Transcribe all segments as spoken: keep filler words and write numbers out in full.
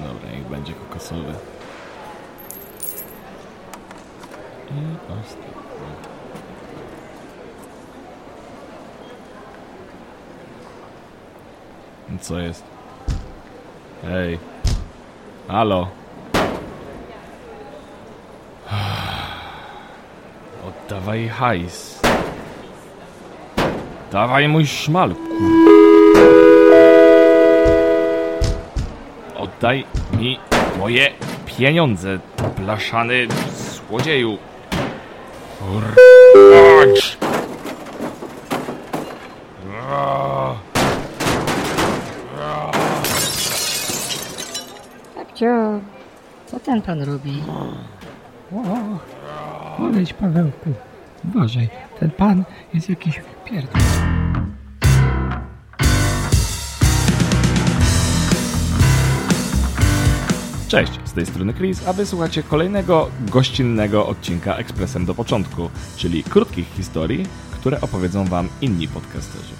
Dobra, niech będzie kokosowy. I ostatni. Co jest? Hej. Halo. Oddawaj hajs. Dawaj mój szmal, kur... Oddaj mi moje pieniądze, blaszany złodzieju. Chodź. Babcio, co ten pan robi? O, odejdź, Pawełku. Uważaj, ten pan jest jakiś pierdol. Cześć, z tej strony Chris, a wysłuchacie kolejnego gościnnego odcinka Ekspresem do początku, czyli krótkich historii, które opowiedzą wam inni podcasterzy.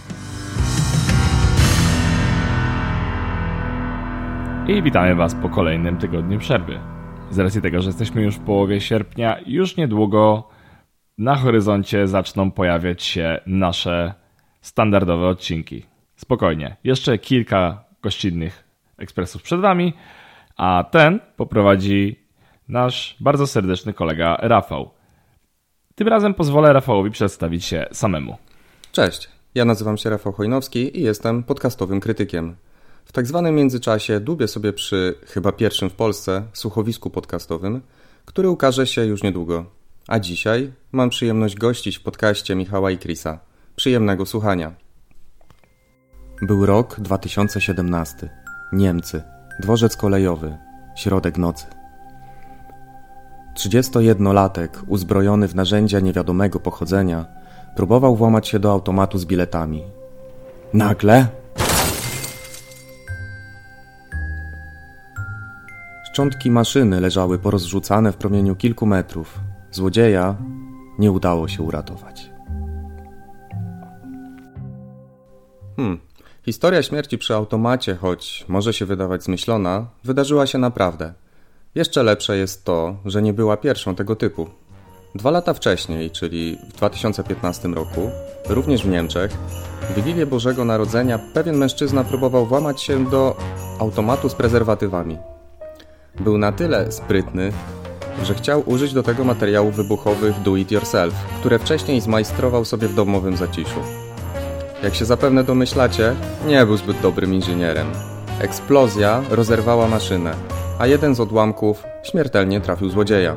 I witamy was po kolejnym tygodniu przerwy. Z racji tego, że jesteśmy już w połowie sierpnia, już niedługo na horyzoncie zaczną pojawiać się nasze standardowe odcinki. Spokojnie, jeszcze kilka gościnnych ekspresów przed wami, a ten poprowadzi nasz bardzo serdeczny kolega Rafał. Tym razem pozwolę Rafałowi przedstawić się samemu. Cześć, ja nazywam się Rafał Chojnowski i jestem podcastowym krytykiem. W tak zwanym międzyczasie dłubię sobie przy chyba pierwszym w Polsce słuchowisku podcastowym, który ukaże się już niedługo. A dzisiaj mam przyjemność gościć w podcaście Michała i Chrisa. Przyjemnego słuchania. Był rok dwa tysiące siedemnasty. Niemcy. Dworzec kolejowy. Środek nocy. Trzydziestojednolatek, uzbrojony w narzędzia niewiadomego pochodzenia, próbował włamać się do automatu z biletami. Nagle... Szczątki maszyny leżały porozrzucane w promieniu kilku metrów. Złodzieja nie udało się uratować. Hmm... Historia śmierci przy automacie, choć może się wydawać zmyślona, wydarzyła się naprawdę. Jeszcze lepsze jest to, że nie była pierwszą tego typu. Dwa lata wcześniej, czyli w dwa tysiące piętnastym roku, również w Niemczech, w Wigilię Bożego Narodzenia pewien mężczyzna próbował włamać się do automatu z prezerwatywami. Był na tyle sprytny, że chciał użyć do tego materiałów wybuchowych do it yourself, które wcześniej zmajstrował sobie w domowym zaciszu. Jak się zapewne domyślacie, nie był zbyt dobrym inżynierem. Eksplozja rozerwała maszynę, a jeden z odłamków śmiertelnie trafił złodzieja.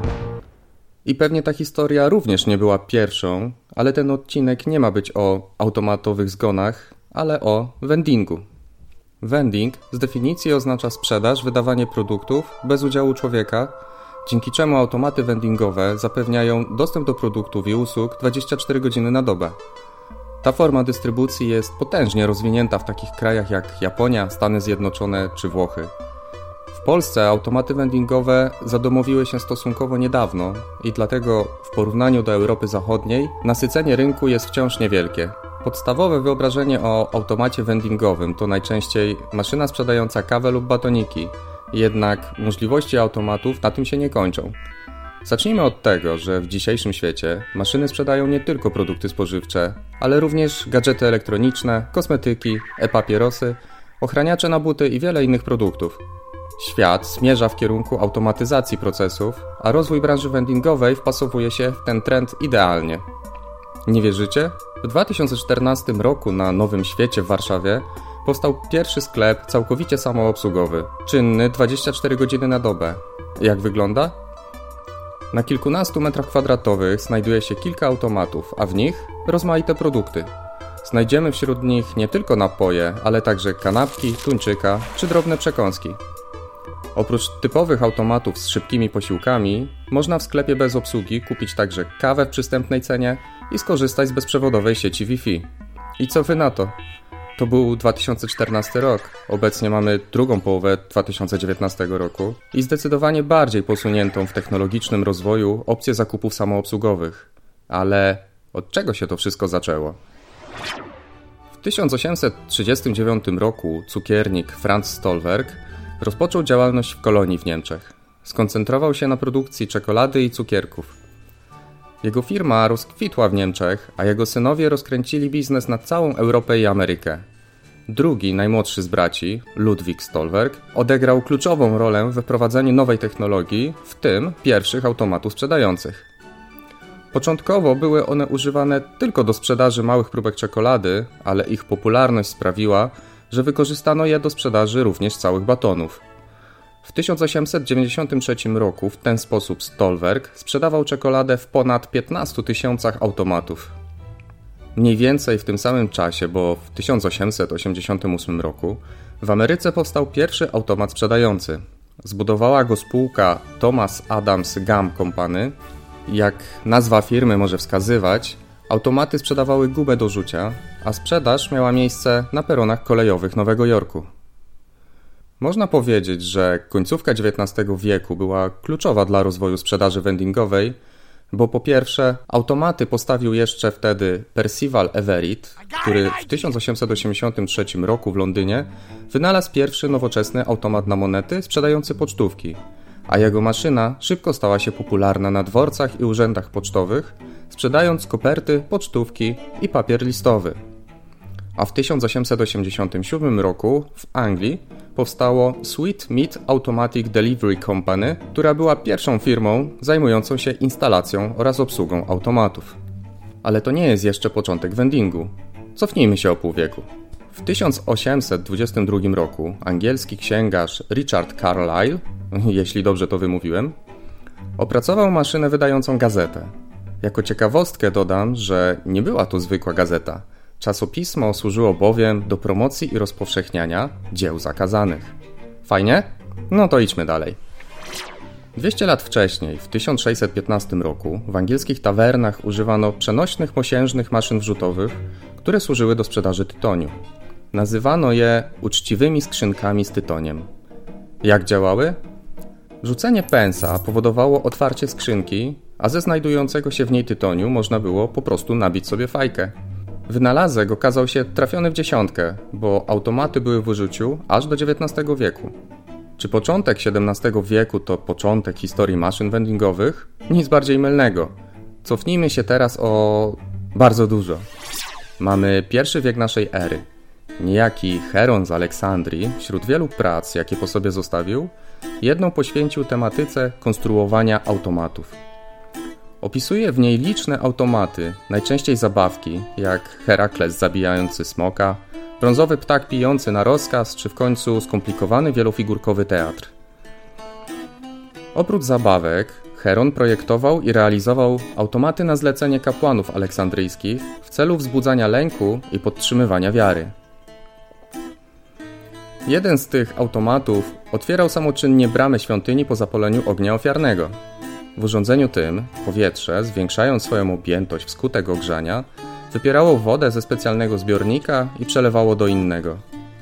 I pewnie ta historia również nie była pierwszą, ale ten odcinek nie ma być o automatowych zgonach, ale o vendingu. Vending z definicji oznacza sprzedaż, wydawanie produktów bez udziału człowieka, dzięki czemu automaty vendingowe zapewniają dostęp do produktów i usług dwadzieścia cztery godziny na dobę. Ta forma dystrybucji jest potężnie rozwinięta w takich krajach jak Japonia, Stany Zjednoczone czy Włochy. W Polsce automaty vendingowe zadomowiły się stosunkowo niedawno i dlatego w porównaniu do Europy Zachodniej nasycenie rynku jest wciąż niewielkie. Podstawowe wyobrażenie o automacie vendingowym to najczęściej maszyna sprzedająca kawę lub batoniki, jednak możliwości automatów na tym się nie kończą. Zacznijmy od tego, że w dzisiejszym świecie maszyny sprzedają nie tylko produkty spożywcze, ale również gadżety elektroniczne, kosmetyki, e-papierosy, ochraniacze na buty i wiele innych produktów. Świat zmierza w kierunku automatyzacji procesów, a rozwój branży vendingowej wpasowuje się w ten trend idealnie. Nie wierzycie? W dwa tysiące czternastym roku na Nowym Świecie w Warszawie powstał pierwszy sklep całkowicie samoobsługowy, czynny dwadzieścia cztery godziny na dobę. Jak wygląda? Na kilkunastu metrach kwadratowych znajduje się kilka automatów, a w nich rozmaite produkty. Znajdziemy wśród nich nie tylko napoje, ale także kanapki, tuńczyka czy drobne przekąski. Oprócz typowych automatów z szybkimi posiłkami, można w sklepie bez obsługi kupić także kawę w przystępnej cenie i skorzystać z bezprzewodowej sieci Wi-Fi. I co wy na to? To był dwa tysiące czternasty rok, obecnie mamy drugą połowę dwa tysiące dziewiętnastego roku i zdecydowanie bardziej posuniętą w technologicznym rozwoju opcję zakupów samoobsługowych. Ale od czego się to wszystko zaczęło? W tysiąc osiemset trzydziestym dziewiątym roku cukiernik Franz Stolberg Rozpoczął działalność w kolonii w Niemczech. Skoncentrował się na produkcji czekolady i cukierków. Jego firma rozkwitła w Niemczech, a jego synowie rozkręcili biznes na całą Europę i Amerykę. Drugi, najmłodszy z braci, Ludwik Stolberg, odegrał kluczową rolę we wprowadzeniu nowej technologii, w tym pierwszych automatów sprzedających. Początkowo były one używane tylko do sprzedaży małych próbek czekolady, ale ich popularność sprawiła, że wykorzystano je do sprzedaży również całych batonów. W tysiąc osiemset dziewięćdziesiątym trzecim roku w ten sposób Stolberg sprzedawał czekoladę w ponad piętnastu tysiącach automatów. Mniej więcej w tym samym czasie, bo w tysiąc osiemset osiemdziesiątym ósmym roku w Ameryce powstał pierwszy automat sprzedający. Zbudowała go spółka Thomas Adams Gum Company. Jak nazwa firmy może wskazywać, automaty sprzedawały gumę do rzucia, a sprzedaż miała miejsce na peronach kolejowych Nowego Jorku. Można powiedzieć, że końcówka dziewiętnastego wieku była kluczowa dla rozwoju sprzedaży vendingowej, bo po pierwsze automaty postawił jeszcze wtedy Percival Everett, który w tysiąc osiemset osiemdziesiątym trzecim roku w Londynie wynalazł pierwszy nowoczesny automat na monety sprzedający pocztówki, a jego maszyna szybko stała się popularna na dworcach i urzędach pocztowych, sprzedając koperty, pocztówki i papier listowy. A w tysiąc osiemset osiemdziesiątym siódmym roku w Anglii powstało Sweet Meat Automatic Delivery Company, która była pierwszą firmą zajmującą się instalacją oraz obsługą automatów. Ale to nie jest jeszcze początek vendingu. Cofnijmy się o pół wieku. W tysiąc osiemset dwudziestym drugim roku angielski księgarz Richard Carlyle, jeśli dobrze to wymówiłem, opracował maszynę wydającą gazetę. Jako ciekawostkę dodam, że nie była to zwykła gazeta. Czasopismo służyło bowiem do promocji i rozpowszechniania dzieł zakazanych. Fajnie? No to idźmy dalej. dwieście lat wcześniej, w tysiąc sześćset piętnastym roku, w angielskich tawernach używano przenośnych mosiężnych maszyn wrzutowych, które służyły do sprzedaży tytoniu. Nazywano je uczciwymi skrzynkami z tytoniem. Jak działały? Rzucenie pensa powodowało otwarcie skrzynki, a ze znajdującego się w niej tytoniu można było po prostu nabić sobie fajkę. Wynalazek okazał się trafiony w dziesiątkę, bo automaty były w użyciu aż do dziewiętnastego wieku. Czy początek siedemnastego wieku to początek historii maszyn vendingowych? Nic bardziej mylnego. Cofnijmy się teraz o bardzo dużo. Mamy pierwszy wiek naszej ery. Niejaki Heron z Aleksandrii, wśród wielu prac, jakie po sobie zostawił, jedną poświęcił tematyce konstruowania automatów. Opisuje w niej liczne automaty, najczęściej zabawki, jak Herakles zabijający smoka, brązowy ptak pijący na rozkaz, czy w końcu skomplikowany wielofigurkowy teatr. Oprócz zabawek, Heron projektował i realizował automaty na zlecenie kapłanów aleksandryjskich w celu wzbudzania lęku i podtrzymywania wiary. Jeden z tych automatów otwierał samoczynnie bramę świątyni po zapaleniu ognia ofiarnego. W urządzeniu tym powietrze, zwiększając swoją objętość wskutek ogrzania, wypierało wodę ze specjalnego zbiornika i przelewało do innego.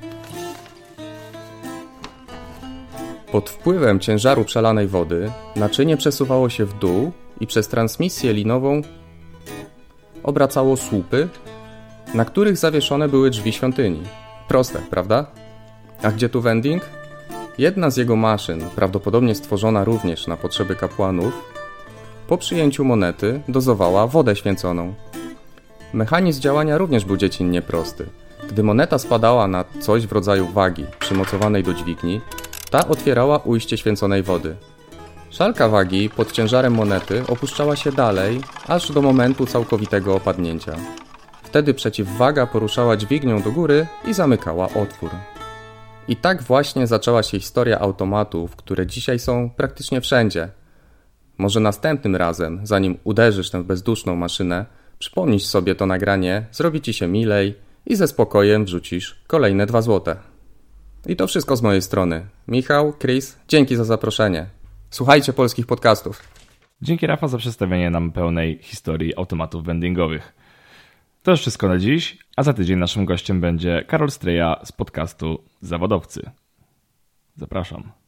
Pod wpływem ciężaru przelanej wody naczynie przesuwało się w dół i przez transmisję linową obracało słupy, na których zawieszone były drzwi świątyni. Proste, prawda? A gdzie tu vending? Jedna z jego maszyn, prawdopodobnie stworzona również na potrzeby kapłanów, po przyjęciu monety dozowała wodę święconą. Mechanizm działania również był dziecinnie prosty. Gdy moneta spadała na coś w rodzaju wagi przymocowanej do dźwigni, ta otwierała ujście święconej wody. Szalka wagi pod ciężarem monety opuszczała się dalej, aż do momentu całkowitego opadnięcia. Wtedy przeciwwaga poruszała dźwignią do góry i zamykała otwór. I tak właśnie zaczęła się historia automatów, które dzisiaj są praktycznie wszędzie. Może następnym razem, zanim uderzysz tę bezduszną maszynę, przypomnisz sobie to nagranie, zrobi ci się milej i ze spokojem wrzucisz kolejne dwa złote. I to wszystko z mojej strony. Michał, Chris, dzięki za zaproszenie. Słuchajcie polskich podcastów. Dzięki Rafa za przedstawienie nam pełnej historii automatów vendingowych. To już wszystko na dziś, a za tydzień naszym gościem będzie Karol Stryja z podcastu Zawodowcy. Zapraszam.